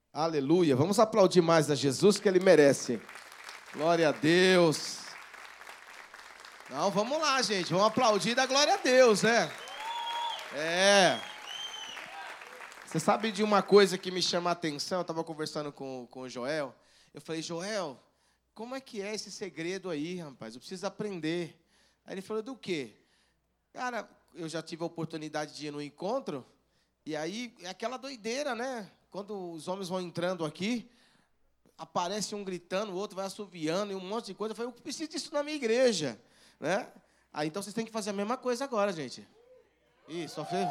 Aleluia. Vamos aplaudir mais a Jesus, que Ele merece. Glória a Deus. Não, vamos lá, gente. Vamos aplaudir da glória a Deus, né? Você sabe de uma coisa que me chama a atenção? Eu estava conversando com o Joel. Eu falei, Joel, como é que é esse segredo aí, rapaz? Eu preciso aprender. Aí ele falou, do quê? Cara, eu já tive a oportunidade de ir no encontro. E aí, é aquela doideira, né? Quando os homens vão entrando aqui, aparece um gritando, o outro vai assoviando e um monte de coisa. Eu falei, eu preciso disso na minha igreja, né? Aí, então, vocês têm que fazer a mesma coisa agora, gente. Ih, só fez...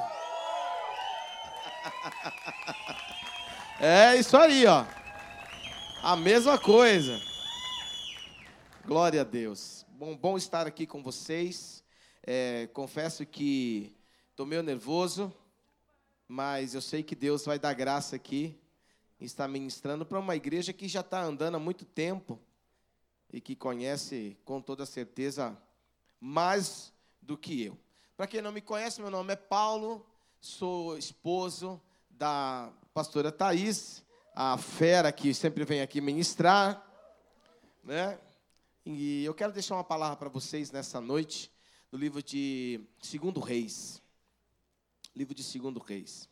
É isso aí, ó. A mesma coisa. Glória a Deus. Bom estar aqui com vocês. Confesso que estou meio nervoso, mas eu sei que Deus vai dar graça aqui e está ministrando para uma igreja que já está andando há muito tempo e que conhece com toda certeza mais do que eu. Para quem não me conhece, meu nome é Paulo, sou esposo da pastora Thaís, a fera que sempre vem aqui ministrar, né? E eu quero deixar uma palavra para vocês nessa noite, no livro de 2 Reis. Livro de 2 Reis.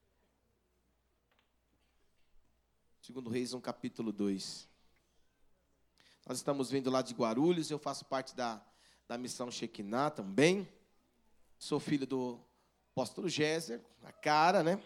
2 Reis, no capítulo 2. Nós estamos vindo lá de Guarulhos, eu faço parte da missão Shekinah também. Sou filho do apóstolo Géser, a cara, né?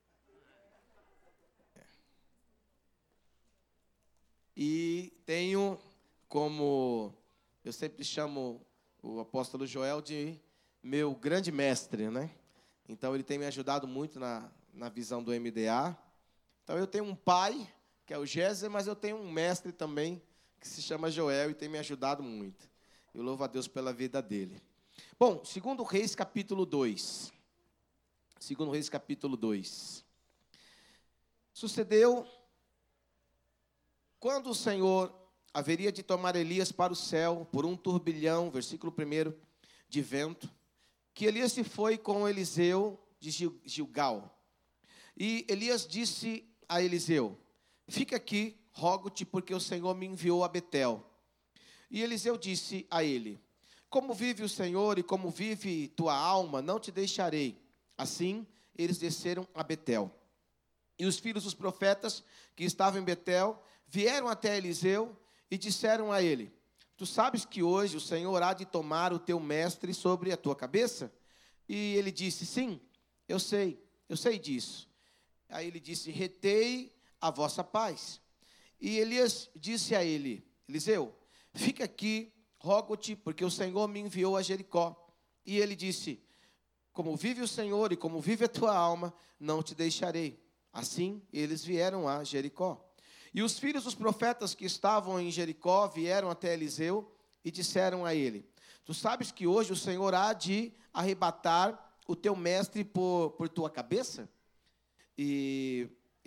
E tenho, como eu sempre chamo o apóstolo Joel de meu grande mestre, né? Então, ele tem me ajudado muito na visão do MDA. Então, eu tenho um pai, que é o Géser, mas eu tenho um mestre também, que se chama Joel, e tem me ajudado muito. Eu louvo a Deus pela vida dele. Bom, 2 Reis, capítulo 2. 2 Reis, capítulo 2. Sucedeu, quando o Senhor haveria de tomar Elias para o céu, por um turbilhão, versículo 1, de vento, que Elias se foi com Eliseu de Gilgal. E Elias disse a Eliseu, fica aqui, rogo-te, porque o Senhor me enviou a Betel. E Eliseu disse a ele, como vive o Senhor e como vive tua alma, não te deixarei. Assim, eles desceram a Betel. E os filhos dos profetas que estavam em Betel vieram até Eliseu e disseram a ele, tu sabes que hoje o Senhor há de tomar o teu mestre sobre a tua cabeça? E ele disse, sim, eu sei disso. Aí ele disse, retei a vossa paz. E Elias disse a ele, Eliseu, fica aqui, rogo-te, porque o Senhor me enviou a Jericó. E ele disse, como vive o Senhor e como vive a tua alma, não te deixarei. Assim, eles vieram a Jericó. E os filhos dos profetas que estavam em Jericó vieram até Eliseu e disseram a ele, tu sabes que hoje o Senhor há de arrebatar o teu mestre por tua cabeça? E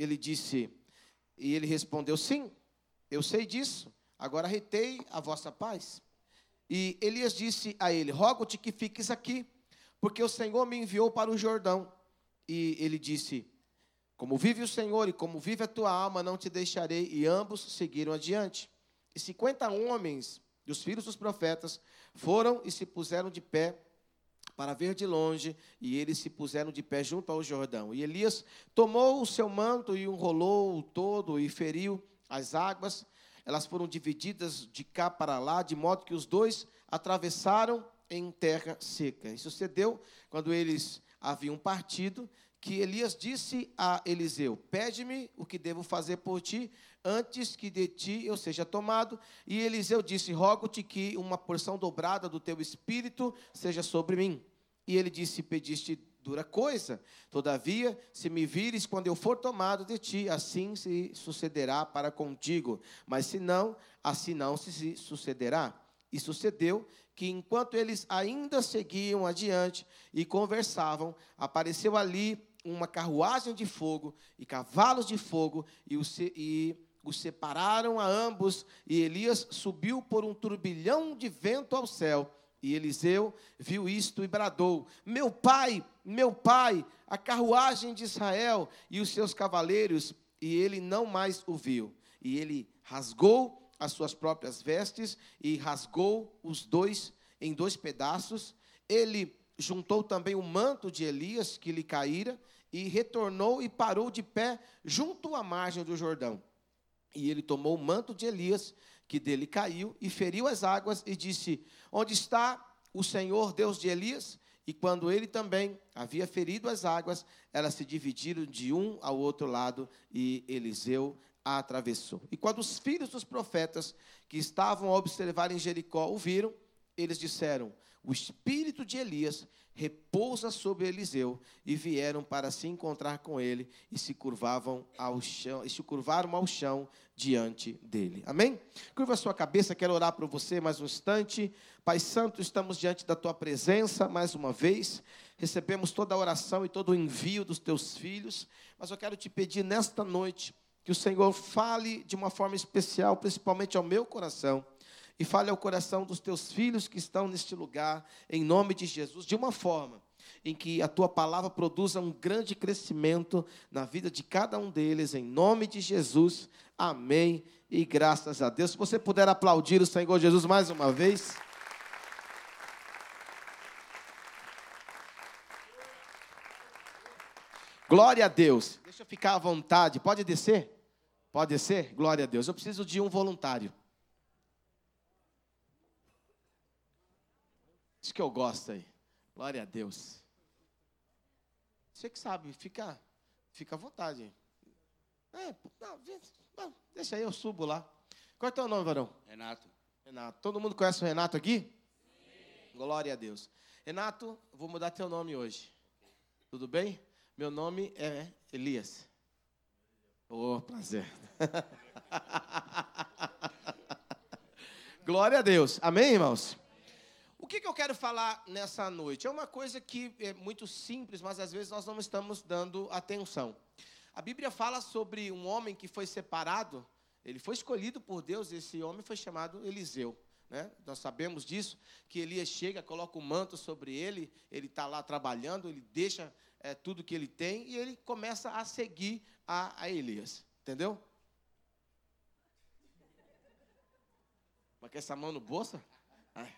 ele respondeu, sim, eu sei disso, agora retei a vossa paz. E Elias disse a ele, rogo-te que fiques aqui, porque o Senhor me enviou para o Jordão. E ele disse, como vive o Senhor e como vive a tua alma, não te deixarei. E ambos seguiram adiante. E 50 homens dos filhos dos profetas foram e se puseram de pé para ver de longe, e eles se puseram de pé junto ao Jordão. E Elias tomou o seu manto e o enrolou todo e feriu as águas. Elas foram divididas de cá para lá, de modo que os dois atravessaram em terra seca. E sucedeu, quando eles haviam partido, que Elias disse a Eliseu, pede-me o que devo fazer por ti, antes que de ti eu seja tomado. E Eliseu disse, rogo-te que uma porção dobrada do teu espírito seja sobre mim. E ele disse, pediste dura coisa, todavia, se me vires quando eu for tomado de ti, assim se sucederá para contigo, mas se não, assim não se sucederá. E sucedeu que, enquanto eles ainda seguiam adiante e conversavam, apareceu ali uma carruagem de fogo e cavalos de fogo, e os separaram a ambos, e Elias subiu por um turbilhão de vento ao céu. E Eliseu viu isto e bradou, meu pai, a carruagem de Israel e os seus cavaleiros. e ele não mais o viu. E ele rasgou as suas próprias vestes e rasgou os dois em dois pedaços. Ele juntou também o manto de Elias que lhe caíra e retornou e parou de pé junto à margem do Jordão. E ele tomou o manto de Elias que dele caiu e feriu as águas e disse: onde está o Senhor Deus de Elias? E quando ele também havia ferido as águas, elas se dividiram de um ao outro lado e Eliseu a atravessou. E quando os filhos dos profetas que estavam a observar em Jericó o viram, eles disseram: o espírito de Elias repousa sobre Eliseu, e vieram para se encontrar com ele e se curvaram ao chão diante dele. Amém? Curva a sua cabeça, quero orar por você mais um instante. Pai Santo, estamos diante da tua presença mais uma vez. Recebemos toda a oração e todo o envio dos teus filhos, mas eu quero te pedir nesta noite que o Senhor fale de uma forma especial, principalmente ao meu coração, e fale ao coração dos teus filhos que estão neste lugar, em nome de Jesus, de uma forma em que a tua palavra produza um grande crescimento na vida de cada um deles, em nome de Jesus. Amém e graças a Deus. Se você puder aplaudir o Senhor Jesus mais uma vez. Glória a Deus. Deixa eu ficar à vontade. Pode descer? Pode descer? Glória a Deus. Eu preciso de um voluntário. Isso que eu gosto aí. Glória a Deus. Você que sabe, fica à vontade. Deixa aí, eu subo lá. Qual é o teu nome, varão? Renato. Renato. Todo mundo conhece o Renato aqui? Sim. Glória a Deus. Renato, vou mudar teu nome hoje. Tudo bem? Meu nome é Elias. Prazer. Glória a Deus. Amém, irmãos? O que eu quero falar nessa noite? É uma coisa que é muito simples, mas às vezes nós não estamos dando atenção. A Bíblia fala sobre um homem que foi separado, ele foi escolhido por Deus, esse homem foi chamado Eliseu. Né? Nós sabemos disso, que Elias chega, coloca o manto sobre ele está lá trabalhando, ele deixa tudo que ele tem e ele começa a seguir a Elias. Entendeu? Mas com essa mão no bolso? Ai.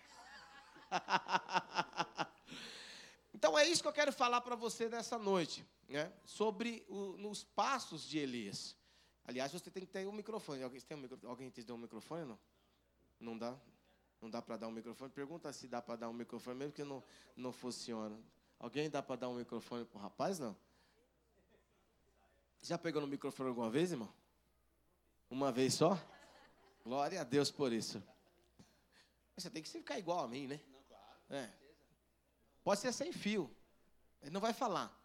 Então é isso que eu quero falar para você nessa noite, né? Sobre os passos de Elias. Aliás, você tem que ter um microfone. Alguém te deu um microfone ou não? Não dá? Não dá para dar um microfone? Pergunta se dá para dar um microfone, mesmo que não funciona. Alguém dá para dar um microfone para o rapaz, não? Já pegou no microfone alguma vez, irmão? Uma vez só? Glória a Deus por isso. Você tem que ficar igual a mim, né? É. Pode ser sem fio. Ele não vai falar.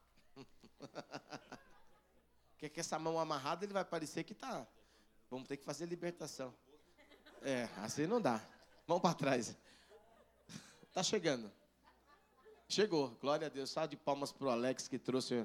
Porque com essa mão amarrada ele vai parecer que está. Vamos ter que fazer libertação. Assim não dá. Vamos para trás. Está chegando. Chegou. Glória a Deus. Salve de palmas para o Alex que trouxe.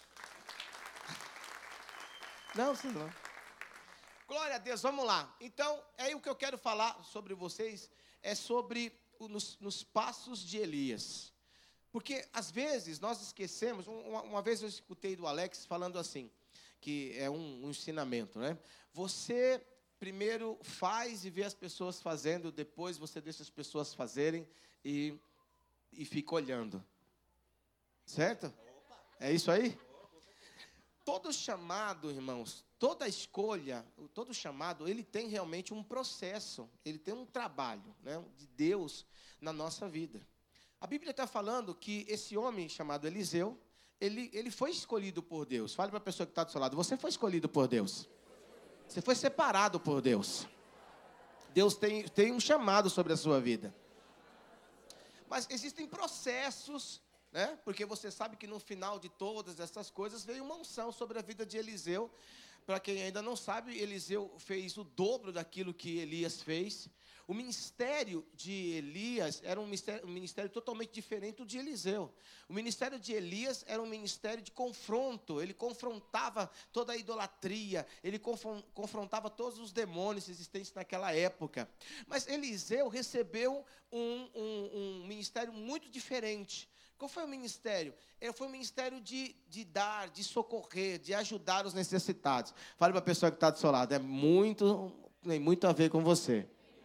Não, sim, não. Glória a Deus. Vamos lá. Então, aí o que eu quero falar sobre vocês é sobre nos passos de Elias. Porque, às vezes, nós esquecemos. Uma vez eu escutei do Alex falando assim, que é um ensinamento, né? Você primeiro faz e vê as pessoas fazendo, depois você deixa as pessoas fazerem e fica olhando. Certo? É isso aí? Todo chamado, irmãos, toda escolha, todo chamado, ele tem realmente um processo, ele tem um trabalho, né, de Deus na nossa vida. A Bíblia está falando que esse homem chamado Eliseu, ele foi escolhido por Deus. Fale para a pessoa que está do seu lado, você foi escolhido por Deus. Você foi separado por Deus. Deus tem um chamado sobre a sua vida. Mas existem processos, né? Porque você sabe que no final de todas essas coisas veio uma unção sobre a vida de Eliseu. Para quem ainda não sabe, Eliseu fez o dobro daquilo que Elias fez. O ministério de Elias era um ministério totalmente diferente do de Eliseu. O ministério de Elias era um ministério de confronto. Ele confrontava toda a idolatria. Ele confrontava todos os demônios existentes naquela época. Mas Eliseu recebeu um ministério muito diferente. Qual foi o ministério? Ele foi um ministério de dar, de socorrer, de ajudar os necessitados. Fale para a pessoa que está do seu lado, tem muito a ver com você.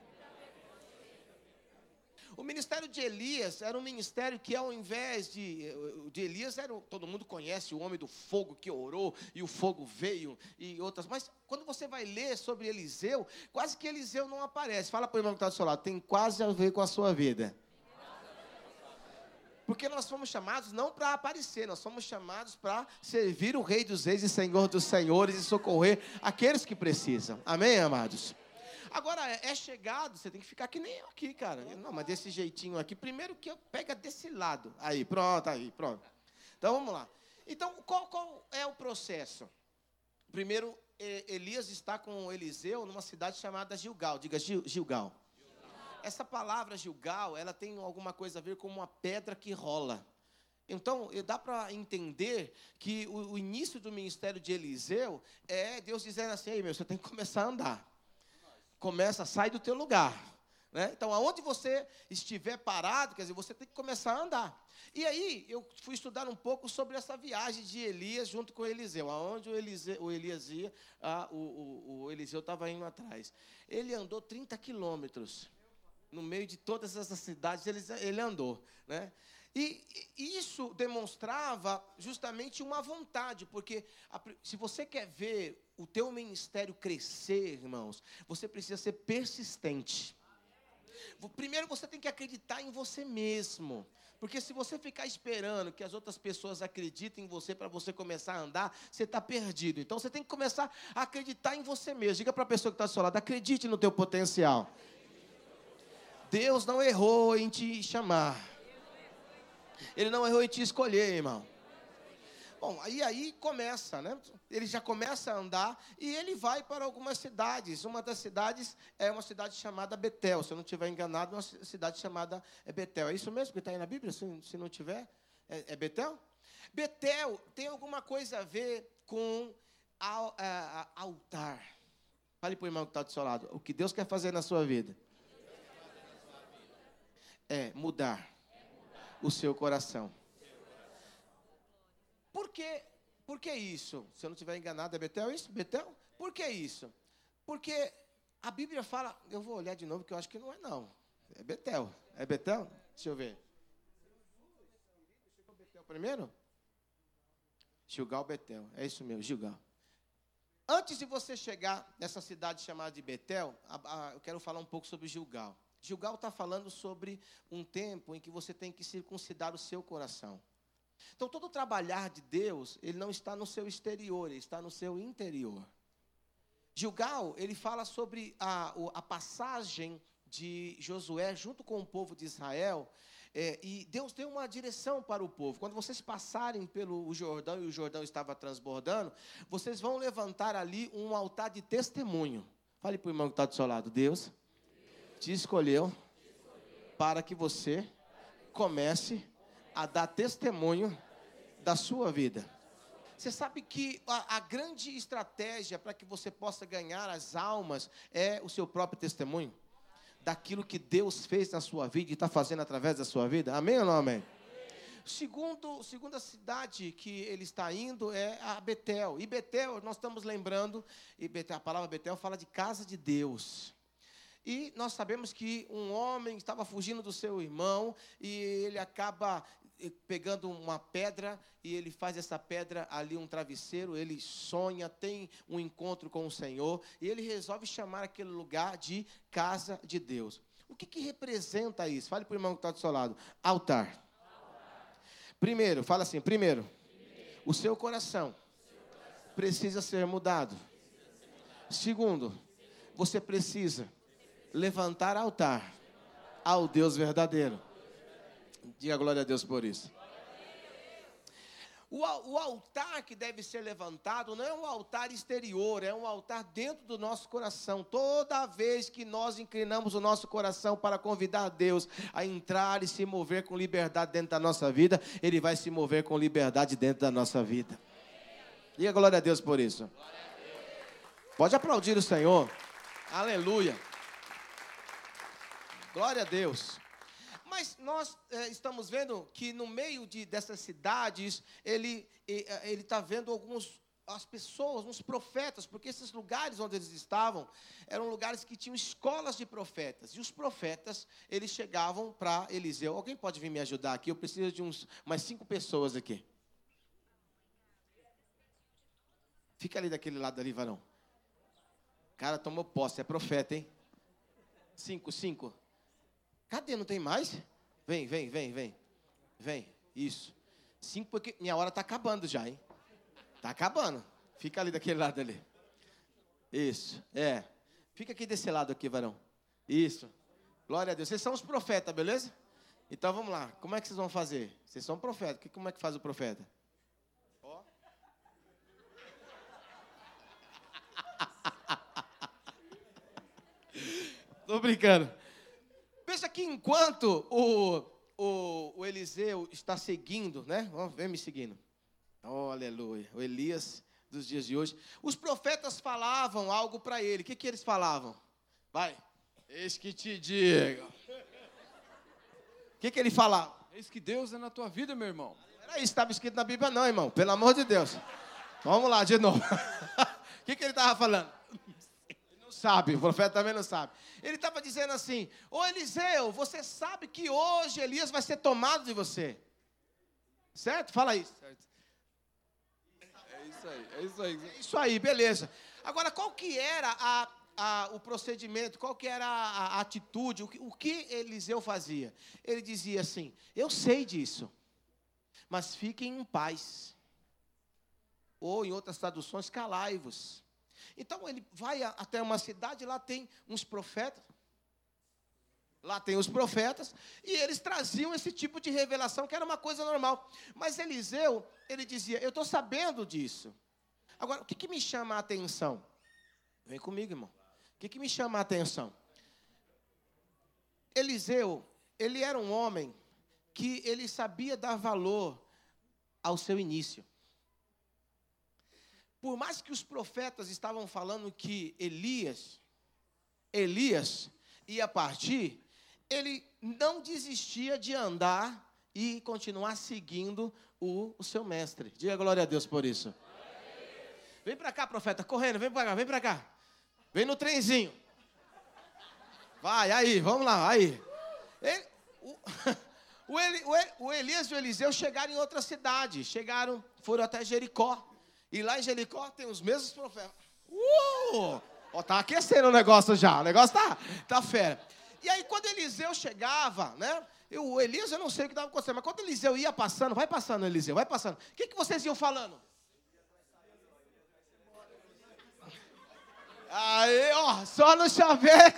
O ministério de Elias era um ministério que, ao invés de Elias, todo mundo conhece o homem do fogo que orou, e o fogo veio, e outras. Mas quando você vai ler sobre Eliseu, quase que Eliseu não aparece. Fala para o irmão que está do seu lado, tem quase a ver com a sua vida. Porque nós fomos chamados não para aparecer, nós fomos chamados para servir o Rei dos Reis e Senhor dos Senhores e socorrer aqueles que precisam. Amém, amados? Agora, é chegado, você tem que ficar que nem eu aqui, cara. Não, mas desse jeitinho aqui. Primeiro que eu pega desse lado. Aí, pronto. Então, vamos lá. Então, qual é o processo? Primeiro, Elias está com Eliseu numa cidade chamada Gilgal. Diga Gilgal. Essa palavra Gilgal, ela tem alguma coisa a ver com uma pedra que rola. Então, dá para entender que o início do ministério de Eliseu é Deus dizendo assim, ei, você tem que começar a andar. Sai do teu lugar. Né? Então, aonde você estiver parado, quer dizer, você tem que começar a andar. E aí, eu fui estudar um pouco sobre essa viagem de Elias junto com Eliseu. Aonde o Elias ia, o Eliseu estava indo atrás. Ele andou 30 quilômetros. No meio de todas essas cidades, ele andou. Né? E isso demonstrava justamente uma vontade, porque se você quer ver o teu ministério crescer, irmãos, você precisa ser persistente. Primeiro você tem que acreditar em você mesmo, porque se você ficar esperando que as outras pessoas acreditem em você para você começar a andar, você está perdido. Então você tem que começar a acreditar em você mesmo. Diga para a pessoa que está do seu lado, acredite no teu potencial. Deus não errou em te chamar. Ele não errou em te escolher, irmão. Bom, aí começa, né? Ele já começa a andar e ele vai para algumas cidades. Uma das cidades é uma cidade chamada Betel. Se eu não estiver enganado, é uma cidade chamada Betel. É isso mesmo que está aí na Bíblia? Se não tiver, é Betel? Betel tem alguma coisa a ver com altar. Fale para o irmão que está do seu lado. O que Deus quer fazer na sua vida é mudar o seu coração. Por que isso? Se eu não estiver enganado, é Betel isso? Betel? Por que isso? Porque a Bíblia fala... Eu vou olhar de novo, que eu acho que não é, não. É Betel. É Betel? Deixa eu ver. Chegou Betel primeiro? Gilgal, Betel. É isso mesmo, Gilgal. Antes de você chegar nessa cidade chamada de Betel, eu quero falar um pouco sobre Gilgal. Gilgal está falando sobre um tempo em que você tem que circuncidar o seu coração. Então, todo o trabalhar de Deus, ele não está no seu exterior, ele está no seu interior. Gilgal, ele fala sobre a passagem de Josué junto com o povo de Israel, e Deus deu uma direção para o povo. Quando vocês passarem pelo Jordão, e o Jordão estava transbordando, vocês vão levantar ali um altar de testemunho. Fale para o irmão que está do seu lado, Deus te escolheu para que você comece a dar testemunho da sua vida. Você sabe que a grande estratégia para que você possa ganhar as almas é o seu próprio testemunho, daquilo que Deus fez na sua vida e está fazendo através da sua vida. Amém ou não amém? Segunda cidade que ele está indo é a Betel. E Betel, nós estamos lembrando, a palavra Betel fala de casa de Deus. E nós sabemos que um homem estava fugindo do seu irmão e ele acaba pegando uma pedra e ele faz essa pedra ali um travesseiro, ele sonha, tem um encontro com o Senhor e ele resolve chamar aquele lugar de casa de Deus. O que representa isso? Fale para o irmão que está do seu lado. Altar. Primeiro, fala assim, o seu coração precisa ser mudado. Segundo, você precisa levantar altar ao Deus verdadeiro. Diga glória a Deus por isso. O altar que deve ser levantado não é um altar exterior, é um altar dentro do nosso coração. Toda vez que nós inclinamos o nosso coração para convidar Deus a entrar e se mover com liberdade dentro da nossa vida, Ele vai se mover com liberdade dentro da nossa vida. Diga glória a Deus por isso. Pode aplaudir o Senhor. Aleluia. Glória a Deus. Mas nós estamos vendo que no meio dessas cidades, ele está vendo as pessoas, uns profetas, porque esses lugares onde eles estavam, eram lugares que tinham escolas de profetas, e os profetas, eles chegavam para Eliseu. Alguém pode vir me ajudar aqui? Eu preciso de mais 5 pessoas aqui. Fica ali daquele lado ali, varão. Cara, tomou posse, é profeta, hein? 5. Cadê? Não tem mais? Vem. Isso. 5, porque minha hora está acabando já, hein? Está acabando. Fica ali daquele lado ali. Isso, Fica aqui desse lado aqui, varão. Isso. Glória a Deus. Vocês são os profetas, beleza? Então, vamos lá. Como é que vocês vão fazer? Vocês são profetas. Como é que faz o profeta? Ó. Tô brincando. Veja que enquanto o Eliseu está seguindo, né? Vem me seguindo. Oh, aleluia. O Elias dos dias de hoje. Os profetas falavam algo para ele. O que eles falavam? Vai. Eis que te digo. O que ele falava? Eis que Deus é na tua vida, meu irmão. Não era isso que estava escrito na Bíblia não, irmão. Pelo amor de Deus. Vamos lá, de novo. O que ele estava falando? Ele não sabe, o profeta também não sabe. Ele estava dizendo assim, ô Eliseu, você sabe que hoje Elias vai ser tomado de você. Certo? Fala isso. Certo. É isso aí. É isso aí, beleza. Agora, qual que era o procedimento, qual que era a atitude, o que Eliseu fazia? Ele dizia assim, eu sei disso, mas fiquem em paz. Ou, em outras traduções, calai-vos. Então, ele vai até uma cidade, lá tem uns profetas. Lá tem os profetas, e eles traziam esse tipo de revelação, que era uma coisa normal. Mas Eliseu, ele dizia, eu estou sabendo disso. Agora, o que me chama a atenção? Vem comigo, irmão. O que me chama a atenção? Eliseu, ele era um homem que ele sabia dar valor ao seu início. Por mais que os profetas estavam falando que Elias ia partir, ele não desistia de andar e continuar seguindo o seu mestre. Diga glória a Deus por isso. Vem para cá, profeta, correndo, vem para cá. Vem no trenzinho. Vai, aí, vamos lá, aí. O Elias e o Eliseu chegaram em outra cidade. Foram até Jericó. E lá em Jericó tem os mesmos profetas. Tá aquecendo o negócio já. O negócio tá fera. E aí, quando Eliseu chegava, né? O Elias, eu não sei o que estava acontecendo, mas quando Eliseu ia passando, vai passando, Eliseu, vai passando. O que vocês iam falando? Aí, só no chaveco.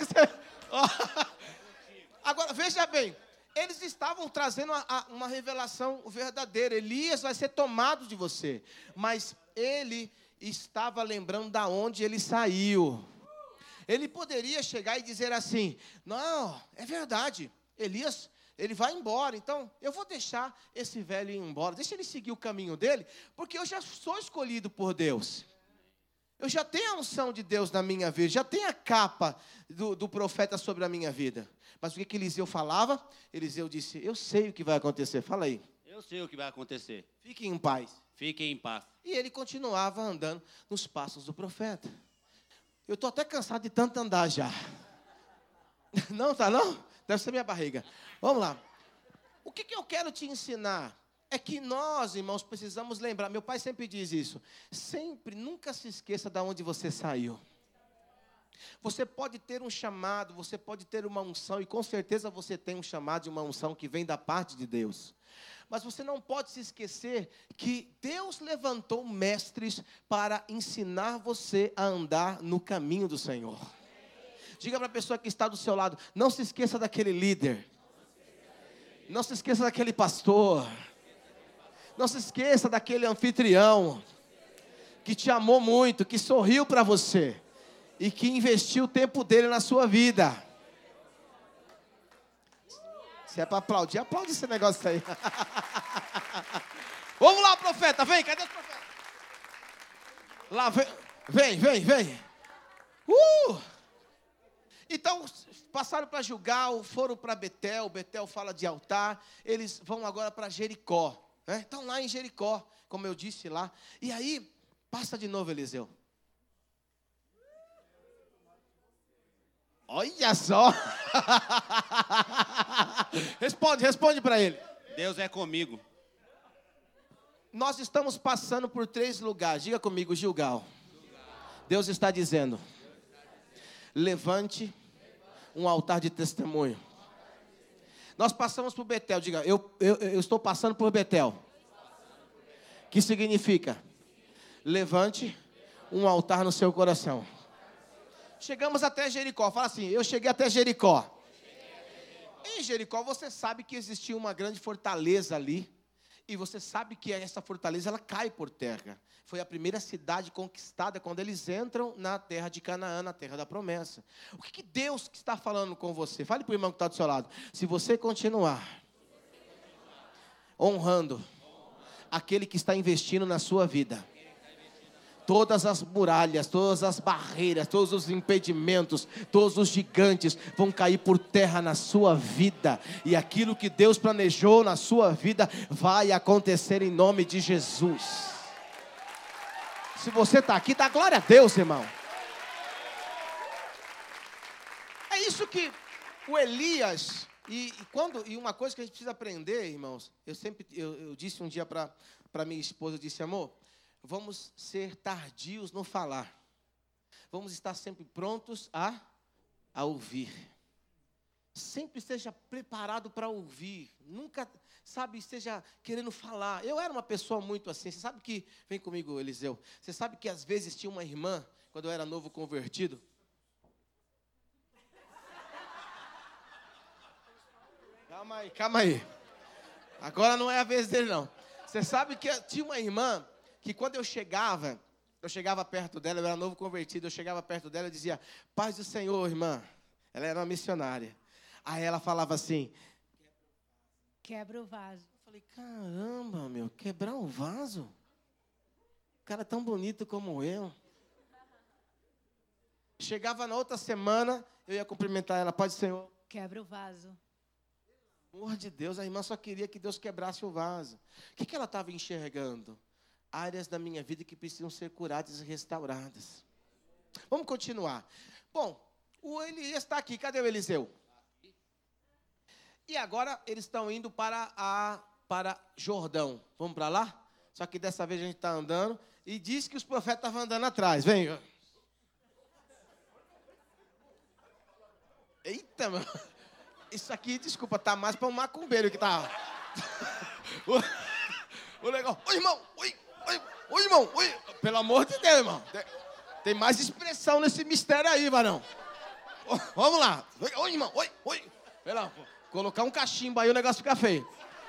Agora, veja bem, eles estavam trazendo uma revelação verdadeira. Elias vai ser tomado de você. Mas ele estava lembrando da onde ele saiu. Ele poderia chegar e dizer assim, não, é verdade, Elias, ele vai embora, então eu vou deixar esse velho ir embora, deixa ele seguir o caminho dele, porque eu já sou escolhido por Deus. Eu já tenho a unção de Deus na minha vida, já tenho a capa do profeta sobre a minha vida. Mas o que Eliseu falava? Eliseu disse, eu sei o que vai acontecer. Fala aí. Eu sei o que vai acontecer. Fiquem em paz. Fiquem em paz. E ele continuava andando nos passos do profeta. Eu estou até cansado de tanto andar já. Não, tá não? Deve ser minha barriga. Vamos lá. O que eu quero te ensinar? É que nós, irmãos, precisamos lembrar. Meu pai sempre diz isso. Sempre, nunca se esqueça de onde você saiu. Você pode ter um chamado, você pode ter uma unção, e com certeza você tem um chamado e uma unção que vem da parte de Deus. Mas você não pode se esquecer que Deus levantou mestres para ensinar você a andar no caminho do Senhor. Diga para a pessoa que está do seu lado, não se esqueça daquele líder. Não se esqueça daquele pastor. Não se esqueça daquele anfitrião que te amou muito, que sorriu para você e que investiu o tempo dele na sua vida. Se é para aplaudir, aplaude esse negócio aí. Vamos lá, profeta, vem, cadê o profeta? Lá, vem. Então, passaram para Gilgal, foram para Betel. Betel fala de altar. Eles vão agora para Jericó. Né? Estão lá em Jericó, como eu disse lá. E aí, passa de novo, Eliseu. Olha só. Responde para ele. Deus é comigo. Nós estamos passando por 3 lugares. Diga comigo, Gilgal. Deus está dizendo: levante um altar de testemunho. Nós passamos por Betel. Diga, eu estou passando por Betel. Que significa? Levante um altar no seu coração. Chegamos até Jericó. Fala assim, eu cheguei até Jericó. Em Jericó você sabe que existia uma grande fortaleza ali. E você sabe que essa fortaleza ela cai por terra. Foi a primeira cidade conquistada quando eles entram na terra de Canaã, na terra da promessa. O que Deus está falando com você? Fale para o irmão que está do seu lado. Se você continuar honrando aquele que está investindo na sua vida, todas as muralhas, todas as barreiras, todos os impedimentos, todos os gigantes vão cair por terra na sua vida. E aquilo que Deus planejou na sua vida vai acontecer em nome de Jesus. Se você está aqui, dá glória a Deus, irmão. É isso que o Elias, e uma coisa que a gente precisa aprender, irmãos, eu disse um dia para minha esposa, eu disse, amor, vamos ser tardios no falar. Vamos estar sempre prontos a ouvir. Sempre esteja preparado para ouvir. Nunca, esteja querendo falar. Eu era uma pessoa muito assim. Você sabe que, vem comigo, Eliseu. Você sabe que às vezes tinha uma irmã, quando eu era novo convertido. Calma aí. Agora não é a vez dele, não. Você sabe que tinha uma irmã que quando eu chegava perto dela, eu era novo convertido, eu chegava perto dela e dizia, paz do Senhor, irmã. Ela era uma missionária. Aí ela falava assim, quebra o vaso. Eu falei, caramba, meu, quebrar um vaso? O cara é tão bonito como eu. Chegava na outra semana, eu ia cumprimentar ela, paz do Senhor. Quebra o vaso. Amor de Deus, a irmã só queria que Deus quebrasse o vaso. O que ela estava enxergando? Áreas da minha vida que precisam ser curadas e restauradas. Vamos continuar. Bom, o Elias está aqui. Cadê o Eliseu? E agora eles estão indo para Jordão. Vamos para lá? Só que dessa vez a gente está andando. E diz que os profetas estavam andando atrás. Vem. Eita, mano. Isso aqui, desculpa, está mais para um macumbeiro que está. O legal. Oi, irmão. Oi, irmão. Oi. Pelo amor de Deus, irmão. Tem mais expressão nesse mistério aí, varão. Vamos lá. Oi, irmão. Oi. Pelo amor. Colocar um cachimbo aí, o negócio fica feio.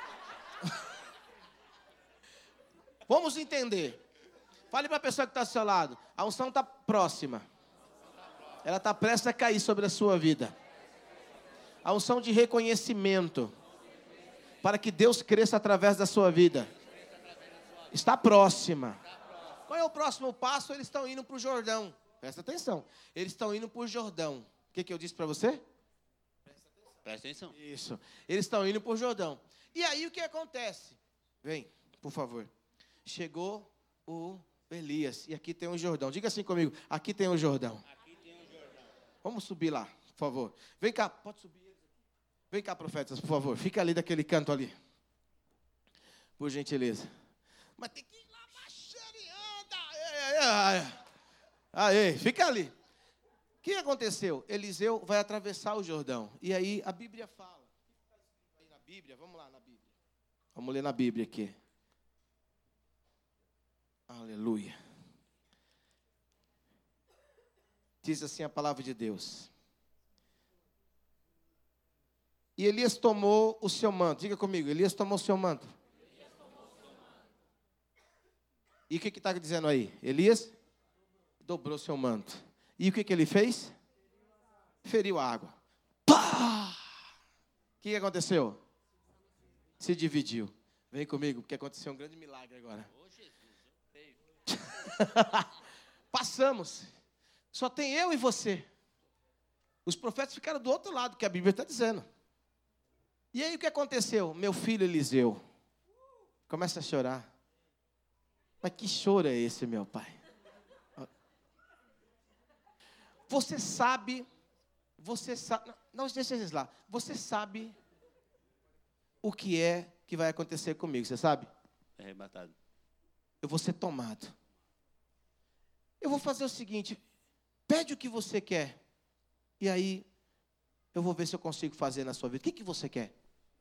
Vamos entender. Fale para a pessoa que está ao seu lado. A unção está próxima. Ela está prestes a cair sobre a sua vida. A unção de reconhecimento. Para que Deus cresça através da sua vida. Está próxima. Qual é o próximo passo? Eles estão indo para o Jordão. Presta atenção. Eles estão indo para o Jordão. O que eu disse para você? Presta atenção. Isso. Eles estão indo para o Jordão. E aí o que acontece? Vem, por favor. Chegou o Elias. E aqui tem um Jordão. Diga assim comigo. Aqui tem um Jordão. Aqui tem um Jordão. Vamos subir lá, por favor. Vem cá. Pode subir. Vem cá, profetas, por favor. Fica ali daquele canto ali. Por gentileza. Mas tem que ir lá baixando. Aí, fica ali. O que aconteceu? Eliseu vai atravessar o Jordão. E aí a Bíblia fala. O que está escrito aí na Bíblia? Vamos lá na Bíblia. Vamos ler na Bíblia aqui. Aleluia. Diz assim a palavra de Deus. E Elias tomou o seu manto. Diga comigo, Elias tomou o seu manto. E o que está dizendo aí? Elias dobrou o seu manto. E o que ele fez? Feriu a água. Pá! O que aconteceu? Se dividiu. Vem comigo, porque aconteceu um grande milagre agora. Ô, Jesus, eu creio. Passamos. Só tem eu e você. Os profetas ficaram do outro lado, que a Bíblia está dizendo. E aí o que aconteceu? Meu filho Eliseu começa a chorar. Mas que choro é esse, meu pai? Você sabe, não, deixa eles lá. Você sabe o que é que vai acontecer comigo, você sabe? Arrebatado. Eu vou ser tomado. Eu vou fazer o seguinte, pede o que você quer. E aí, eu vou ver se eu consigo fazer na sua vida. O que você quer?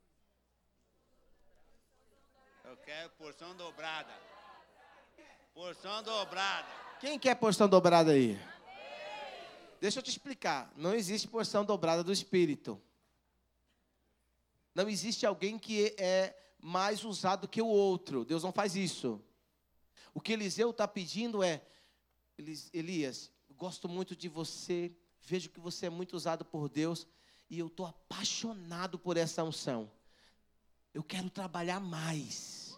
Eu quero porção dobrada. Porção dobrada. Quem quer porção dobrada aí? Deixa eu te explicar. Não existe porção dobrada do Espírito. Não existe alguém que é mais usado que o outro. Deus não faz isso. O que Eliseu está pedindo é, Elias, gosto muito de você, vejo que você é muito usado por Deus, e eu estou apaixonado por essa unção. Eu quero trabalhar mais.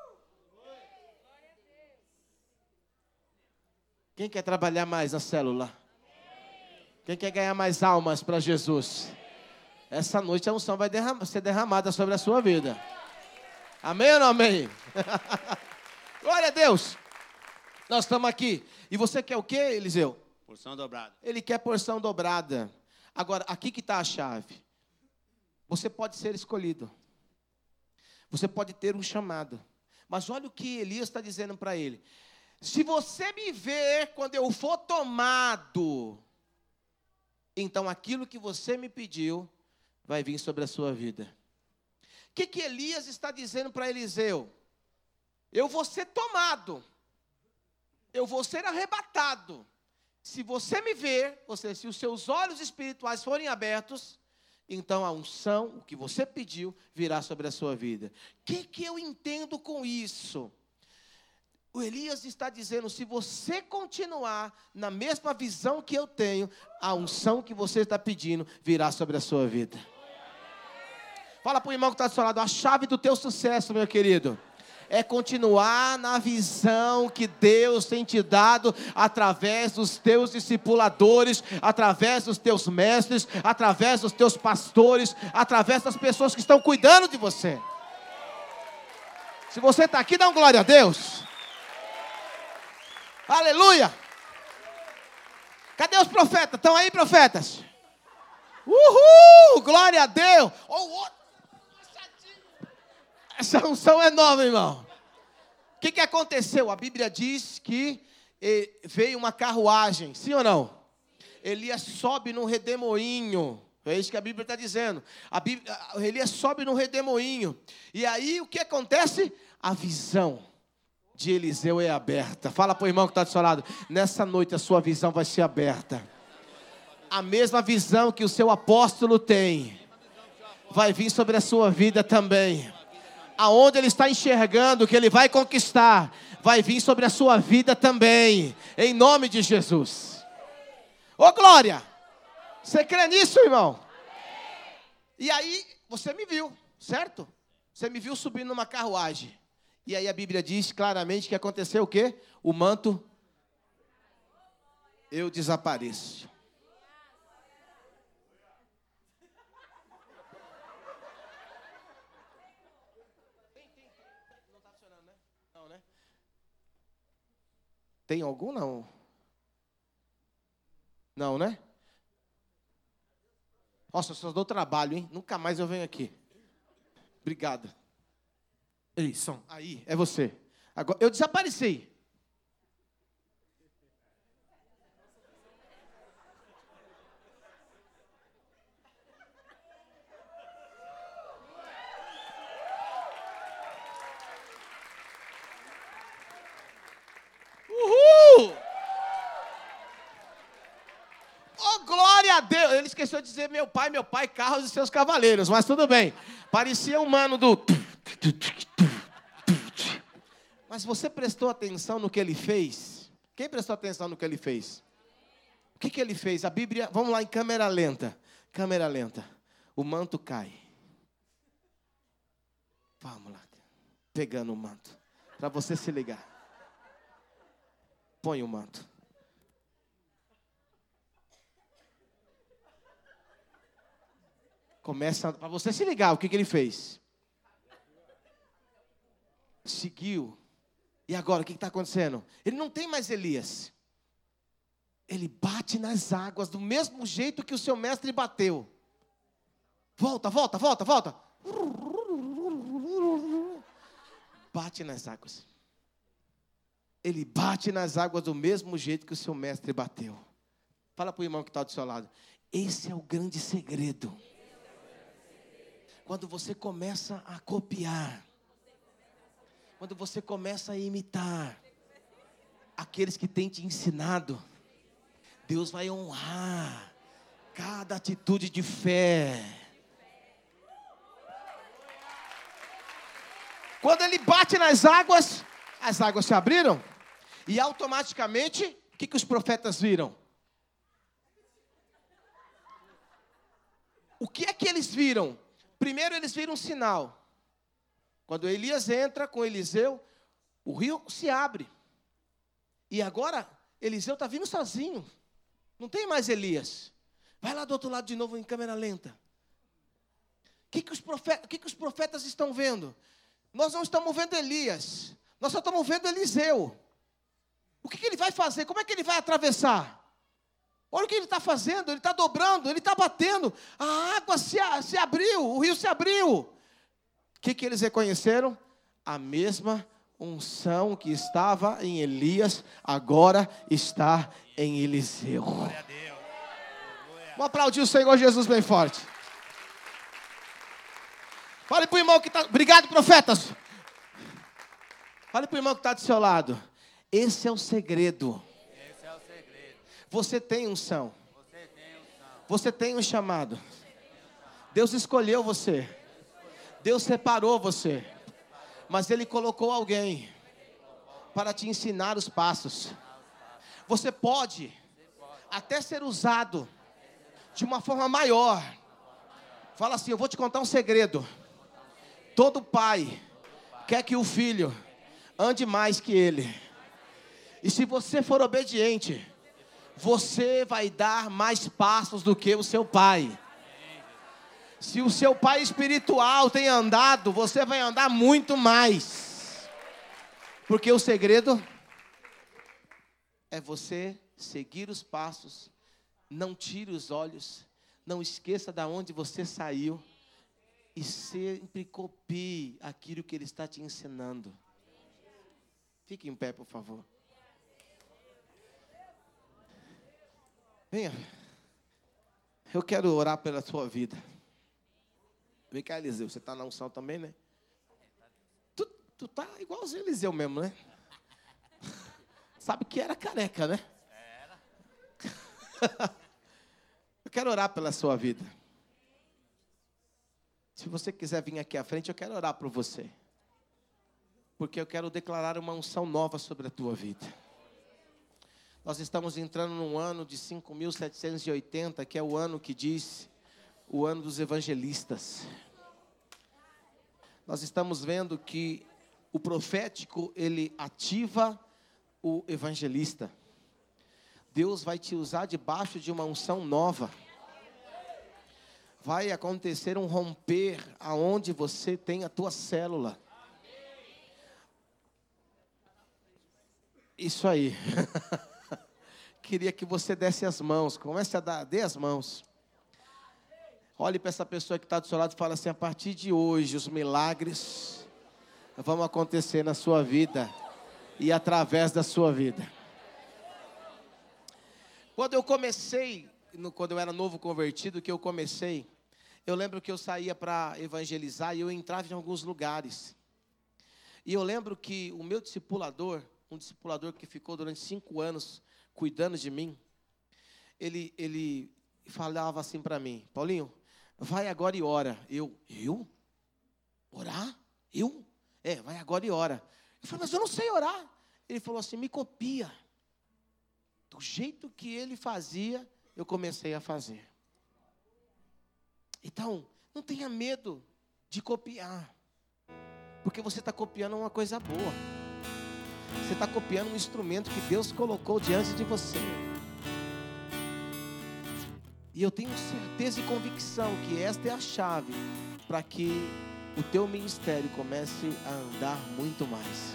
Quem quer trabalhar mais na célula? Quem quer ganhar mais almas para Jesus? Essa noite a unção vai ser derramada sobre a sua vida. Amém ou não amém? Glória a Deus. Nós estamos aqui. E você quer o quê, Eliseu? Porção dobrada. Ele quer porção dobrada. Agora, aqui que está a chave. Você pode ser escolhido. Você pode ter um chamado. Mas olha o que Elias está dizendo para ele. Se você me ver quando eu for tomado, então aquilo que você me pediu vai vir sobre a sua vida. O que Elias está dizendo para Eliseu? Eu vou ser tomado. Eu vou ser arrebatado. Se você me ver, ou seja, se os seus olhos espirituais forem abertos, então a unção, o que você pediu, virá sobre a sua vida. O que eu entendo com isso? O Elias está dizendo, se você continuar na mesma visão que eu tenho, a unção que você está pedindo virá sobre a sua vida. Fala para o irmão que está do seu lado, a chave do teu sucesso, meu querido, é continuar na visão que Deus tem te dado através dos teus discipuladores, através dos teus mestres, através dos teus pastores, através das pessoas que estão cuidando de você. Se você está aqui, dá um glória a Deus. Aleluia. Cadê os profetas? Estão aí, profetas? Uhul, glória a Deus. Essa unção é nova, irmão. O que aconteceu? A Bíblia diz que veio uma carruagem, sim ou não? Elias sobe num redemoinho. É isso que a Bíblia está dizendo. Elias sobe num redemoinho. E aí o que acontece? A visão de Eliseu é aberta. Fala para o irmão que está do seu lado. Nessa noite a sua visão vai ser aberta. A mesma visão que o seu apóstolo tem vai vir sobre a sua vida também. Aonde ele está enxergando que ele vai conquistar, vai vir sobre a sua vida também, em nome de Jesus. Ô glória, você crê nisso, irmão? E aí, você me viu, certo? Você me viu subindo numa carruagem. E aí a Bíblia diz claramente que aconteceu o quê? O manto, eu desapareço. Tem algum, não? Não, né? Nossa, eu só dou trabalho, hein? Nunca mais eu venho aqui. Obrigado. Ei, som. Aí, é você. Agora, eu desapareci. Glória a Deus. Ele esqueceu de dizer meu pai, carros e seus cavaleiros, mas tudo bem. Parecia um mano do... Mas você prestou atenção no que ele fez? Quem prestou atenção no que ele fez? O que ele fez? A Bíblia, vamos lá em câmera lenta. Câmera lenta. O manto cai. Vamos lá. Pegando o manto. Para você se ligar. Põe o manto. Começa, para você se ligar, o que ele fez? Seguiu. E agora, o que está acontecendo? Ele não tem mais Elias. Ele bate nas águas do mesmo jeito que o seu mestre bateu. Volta. Bate nas águas. Ele bate nas águas do mesmo jeito que o seu mestre bateu. Fala para o irmão que está do seu lado. Esse é o grande segredo. Quando você começa a copiar, quando você começa a imitar aqueles que têm te ensinado, Deus vai honrar cada atitude de fé. Quando ele bate nas águas, as águas se abriram. E automaticamente, o que os profetas viram? O que é que eles viram? Primeiro eles viram um sinal. Quando Elias entra com Eliseu, o rio se abre. E agora, Eliseu está vindo sozinho. Não tem mais Elias. Vai lá do outro lado de novo em câmera lenta. O que os profetas estão vendo? Nós não estamos vendo Elias. Nós só estamos vendo Eliseu. O que ele vai fazer? Como é que ele vai atravessar? Olha o que ele está fazendo. Ele está dobrando, ele está batendo. A água se abriu, o rio se abriu. O que eles reconheceram? A mesma unção que estava em Elias, agora está em Eliseu. Glória a Deus. Vamos aplaudir o Senhor Jesus bem forte. Fale para o irmão que está... Obrigado, profetas. Fale para o irmão que está do seu lado. Esse é o segredo. Esse é o segredo. Você tem unção. Você tem unção. Você tem um chamado. Deus escolheu você. Deus separou você. Mas Ele colocou alguém para te ensinar os passos. Você pode até ser usado de uma forma maior. Fala assim, eu vou te contar um segredo. Todo pai quer que o filho ande mais que ele. E se você for obediente, você vai dar mais passos do que o seu pai. Se o seu pai espiritual tem andado, você vai andar muito mais. Porque o segredo é você seguir os passos, não tire os olhos, não esqueça de onde você saiu e sempre copie aquilo que ele está te ensinando. Fique em pé, por favor. Venha. Eu quero orar pela sua vida. Vem cá, Eliseu, você está na unção também, né? Tu tá igualzinho Eliseu mesmo, né? Sabe que era careca, né? Era. Eu quero orar pela sua vida. Se você quiser vir aqui à frente, eu quero orar por você. Porque eu quero declarar uma unção nova sobre a tua vida. Nós estamos entrando num ano de 5.780, que é o ano que diz o ano dos evangelistas. Nós estamos vendo que o profético, ele ativa o evangelista. Deus vai te usar debaixo de uma unção nova. Vai acontecer um romper aonde você tem a tua célula. Isso aí. Queria que você desse as mãos. Comece a dar, dê as mãos. Olhe para essa pessoa que está do seu lado e fala assim, a partir de hoje, os milagres vão acontecer na sua vida e através da sua vida. Quando eu comecei, quando eu era novo convertido, eu lembro que eu saía para evangelizar e eu entrava em alguns lugares. E eu lembro que o meu discipulador, um discipulador que ficou durante 5 anos cuidando de mim, ele falava assim para mim, Paulinho, vai agora e ora. Eu? Orar? Vai agora e ora. Eu falei, mas eu não sei orar. Ele falou assim, me copia. Do jeito que ele fazia, eu comecei a fazer. Então, não tenha medo de copiar. Porque você está copiando uma coisa boa. Você está copiando um instrumento que Deus colocou diante de você. E eu tenho certeza e convicção que esta é a chave para que o teu ministério comece a andar muito mais.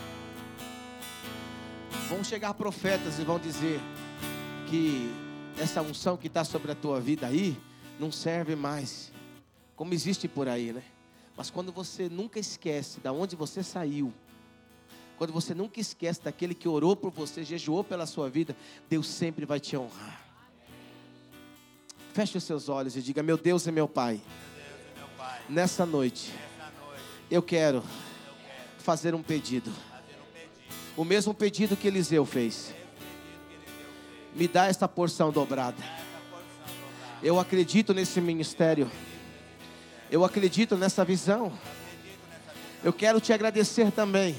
Vão chegar profetas e vão dizer que essa unção que está sobre a tua vida aí não serve mais, como existe por aí, né? Mas quando você nunca esquece de onde você saiu, quando você nunca esquece daquele que orou por você, jejuou pela sua vida, Deus sempre vai te honrar. Feche os seus olhos e diga: meu Deus e meu Pai, nessa noite, eu quero fazer um pedido. O mesmo pedido que Eliseu fez. Me dá esta porção dobrada. Eu acredito nesse ministério. Eu acredito nessa visão. Eu quero te agradecer também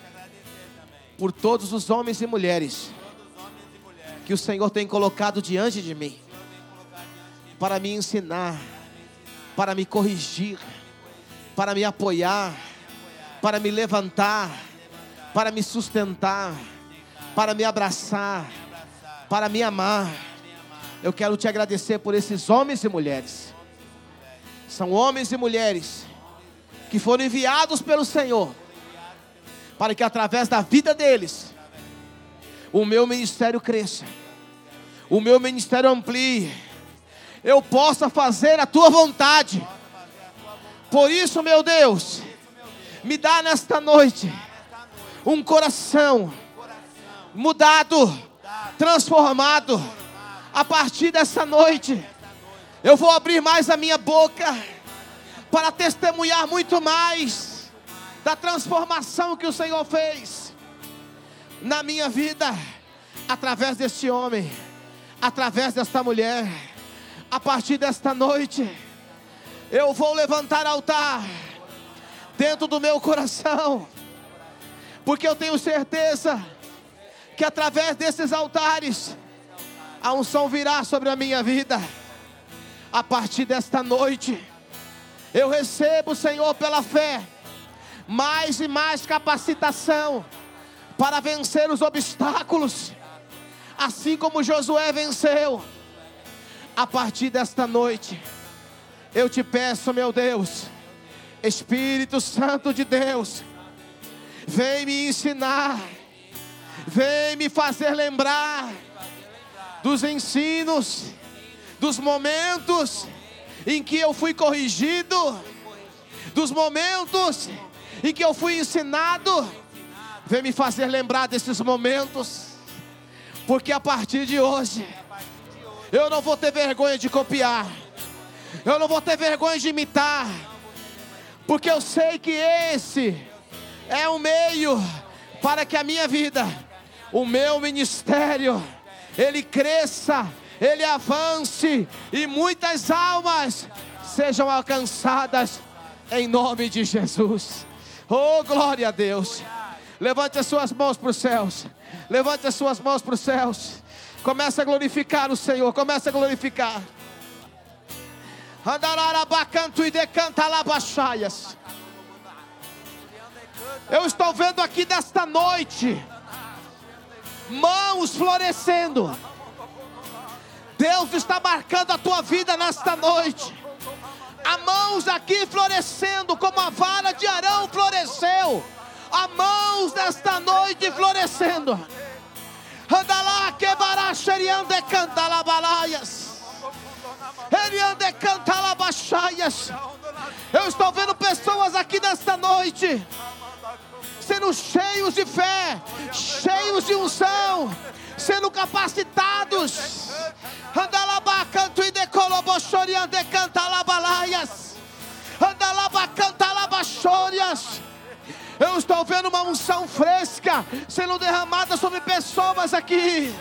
por todos os homens e mulheres que o Senhor tem colocado diante de mim, para me ensinar, para me corrigir, para me apoiar, para me levantar, para me sustentar, para me abraçar, para me amar. Eu quero te agradecer por esses homens e mulheres. São homens e mulheres que foram enviados pelo Senhor, para que através da vida deles, o meu ministério cresça, o meu ministério amplie, eu possa fazer a tua vontade. Por isso, meu Deus, me dá nesta noite um coração mudado, transformado. A partir dessa noite, eu vou abrir mais a minha boca para testemunhar muito mais da transformação que o Senhor fez na minha vida, através deste homem, através desta mulher. A partir desta noite, eu vou levantar altar dentro do meu coração, porque eu tenho certeza que através desses altares, a unção virá sobre a minha vida. A partir desta noite, eu recebo, Senhor, pela fé, mais e mais capacitação para vencer os obstáculos, assim como Josué venceu. A partir desta noite, eu te peço, meu Deus, Espírito Santo de Deus, vem me ensinar, vem me fazer lembrar dos ensinos, dos momentos em que eu fui corrigido, dos momentos em que eu fui ensinado. Vem me fazer lembrar desses momentos, porque a partir de hoje, eu não vou ter vergonha de copiar, eu não vou ter vergonha de imitar, porque eu sei que esse é o meio para que a minha vida, o meu ministério, ele cresça, ele avance e muitas almas sejam alcançadas em nome de Jesus. Oh, glória a Deus. Levante as suas mãos para os céus. Levante as suas mãos para os céus. Comece a glorificar o Senhor. Comece a glorificar. Andararabacanto e decanta labachaias. Eu estou vendo aqui desta noite mãos florescendo. Deus está marcando a tua vida nesta noite. Há mãos aqui florescendo como a vara de Arão floresceu. Há mãos nesta noite florescendo. Andalá quebará xeriande cantalabalaias. Eriande cantalabachaias. Eu estou vendo pessoas aqui nesta noite sendo cheios de fé, cheios de unção, sendo capacitados. Andalaba canto e decolobochoriande cantalabalaias. Andalaba cantalabachorias. Eu estou vendo uma unção fresca sendo derramada sobre pessoas aqui.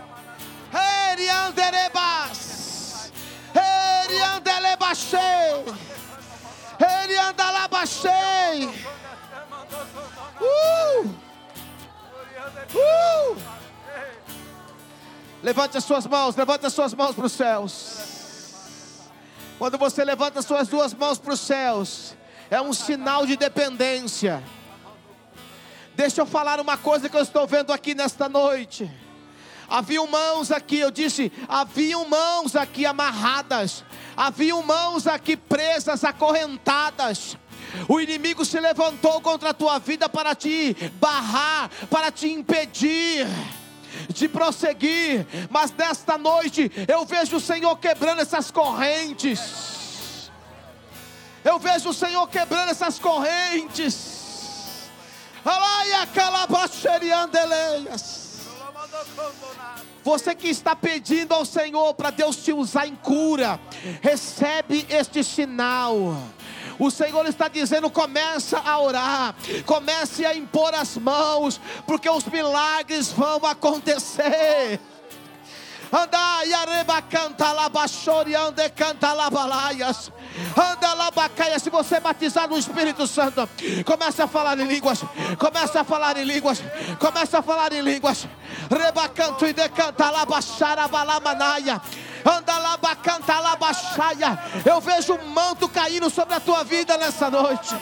Erianderebas, Eriandelebachei, Eriandalabachei. Levante as suas mãos, levante as suas mãos para os céus. Quando você levanta as suas duas mãos para os céus, é um sinal de dependência. Deixa eu falar uma coisa que eu estou vendo aqui nesta noite. Haviam mãos aqui, eu disse, haviam mãos aqui amarradas, haviam mãos aqui presas, acorrentadas. O inimigo se levantou contra a tua vida para te barrar, para te impedir de prosseguir. Mas nesta noite eu vejo o Senhor quebrando essas correntes. Eu vejo o Senhor quebrando essas correntes. Alaia calabaxeriandeleias. Você que está pedindo ao Senhor para Deus te usar em cura, recebe este sinal. O Senhor está dizendo: começa a orar, comece a impor as mãos, porque os milagres vão acontecer. Andai areba canta labachori ande canta labalaias. Anda labacaia. Se você é batizado no Espírito Santo, comece a falar em línguas. Comece a falar em línguas. Comece a falar em línguas. Reba canto e decanta labachara balamanaia. Anda lá, bacanta lá, baixaia. Eu vejo um manto caindo sobre a tua vida nessa noite.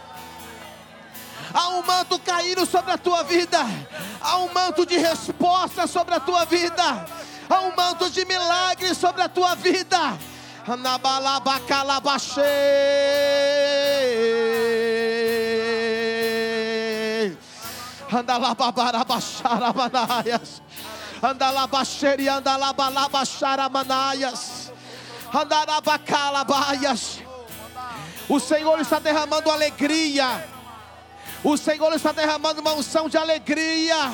Há um manto caindo sobre a tua vida. Há um manto de resposta sobre a tua vida. Há um manto de milagre sobre a tua vida. Anabalabacalabaxê. Andalababarabacharamanaias. Andalabaxeri, andalabalabacharamanaias. Andarabacalabaias. O Senhor está derramando alegria. O Senhor está derramando uma unção de alegria.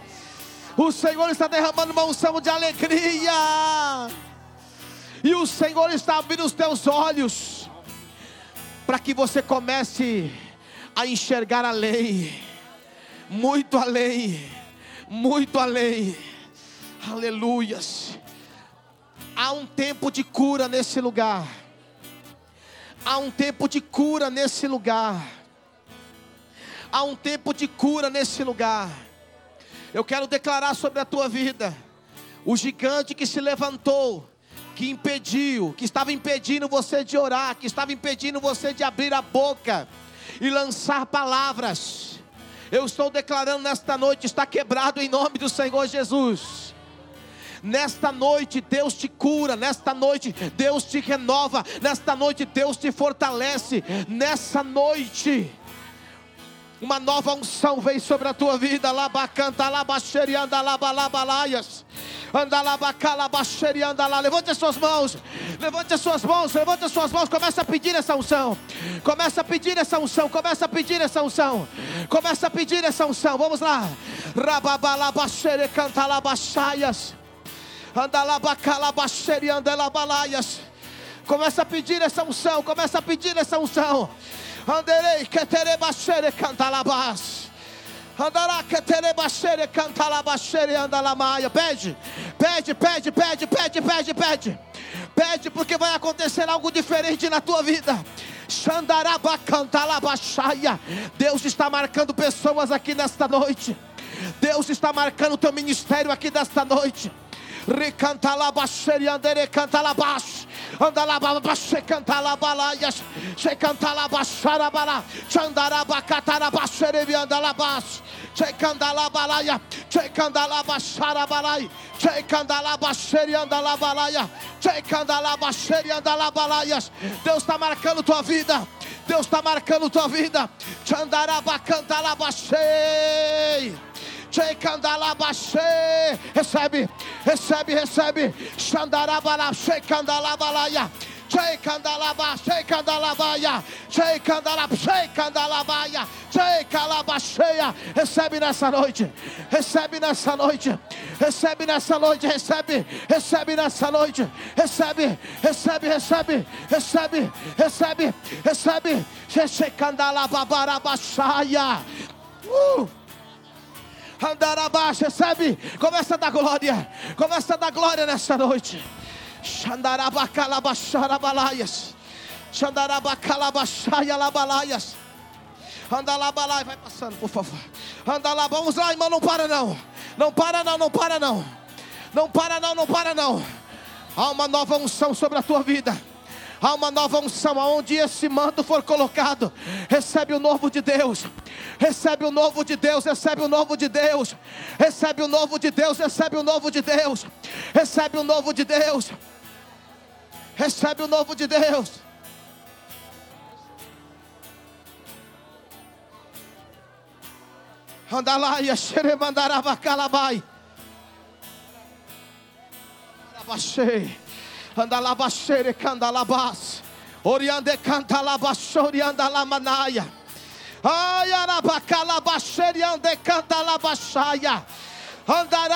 O Senhor está derramando uma unção de alegria. E o Senhor está abrindo os teus olhos para que você comece a enxergar além, muito além, muito além. Aleluias. Há um tempo de cura nesse lugar. Há um tempo de cura nesse lugar. Há um tempo de cura nesse lugar. Eu quero declarar sobre a tua vida: o gigante que se levantou, que impediu, que estava impedindo você de orar, que estava impedindo você de abrir a boca e lançar palavras, eu estou declarando nesta noite, está quebrado em nome do Senhor Jesus. Nesta noite Deus te cura, nesta noite Deus te renova, nesta noite Deus te fortalece, nessa noite uma nova unção vem sobre a tua vida. Labacanta, labaxerianda, labalabaias. Andalabacalabaxerianda lá. Levante as suas mãos. Levante as suas mãos. Levante as suas mãos. Começa a pedir essa unção. Começa a pedir essa unção. Começa a pedir essa unção. Começa a pedir essa unção. Vamos lá. Rababalabaxere cantalabaxaias. Andalabacalabaxerianda labalaias. Começa a pedir essa unção. Começa a pedir essa unção. Anderei que terebaxere cantalabás. Andará que terebaxere cantalabaxere andalamaia. Pede, pede, pede, pede, pede, pede, pede. Pede, porque vai acontecer algo diferente na tua vida. Xandaraba cantalabaxaia. Deus está marcando pessoas aqui nesta noite. Deus está marcando o teu ministério aqui nesta noite. Recantalabaxere andere cantalabax. Andalababaxe cantalabalaias. Che cantalabaxarabala. Xandarabacatarabaxere andalabas. Che candalabalaia. Che candalabaxarabalai. Che candalabaxere andalabalaia. Che candalabaxere andalabalaias. Deus está marcando tua vida. Deus está marcando tua vida. Xandarabacantalabaxei. Recebe, recebe, recebe. Xandarabala, xecandalabalaia. Xecandalaba, xecandalabaia. Xecandalaba, xecandalabaia. Xecalabaxeia. Recebe nessa noite. Recebe nessa noite. Recebe nessa noite. Recebe, recebe nessa noite. Recebe, recebe, recebe. Recebe, recebe, recebe. Xecandalababarabaxaia. Andarabaixa, recebe. Começa a dar glória. Começa a dar glória nessa noite. Xandarabacalabaxarabalaias. Xandarabacalabaxaia labalaias. Andalabalai, vai passando, por favor. Andalá, vamos lá, irmão, não para não. Não para não, não para não. Não para não, não para não. Há uma nova unção sobre a tua vida. Há uma nova unção, aonde esse manto for colocado, recebe o novo de Deus. Recebe o novo de Deus, recebe o novo de Deus. Recebe o novo de Deus, recebe o novo de Deus. Recebe o novo de Deus. Recebe o novo de Deus. Andalaia, xeremandarabacalabai. Andalabachere candalabas. Oriande cantalabachori andalamanaya. Ai arabacalabachere ande cantalabachaya. Andará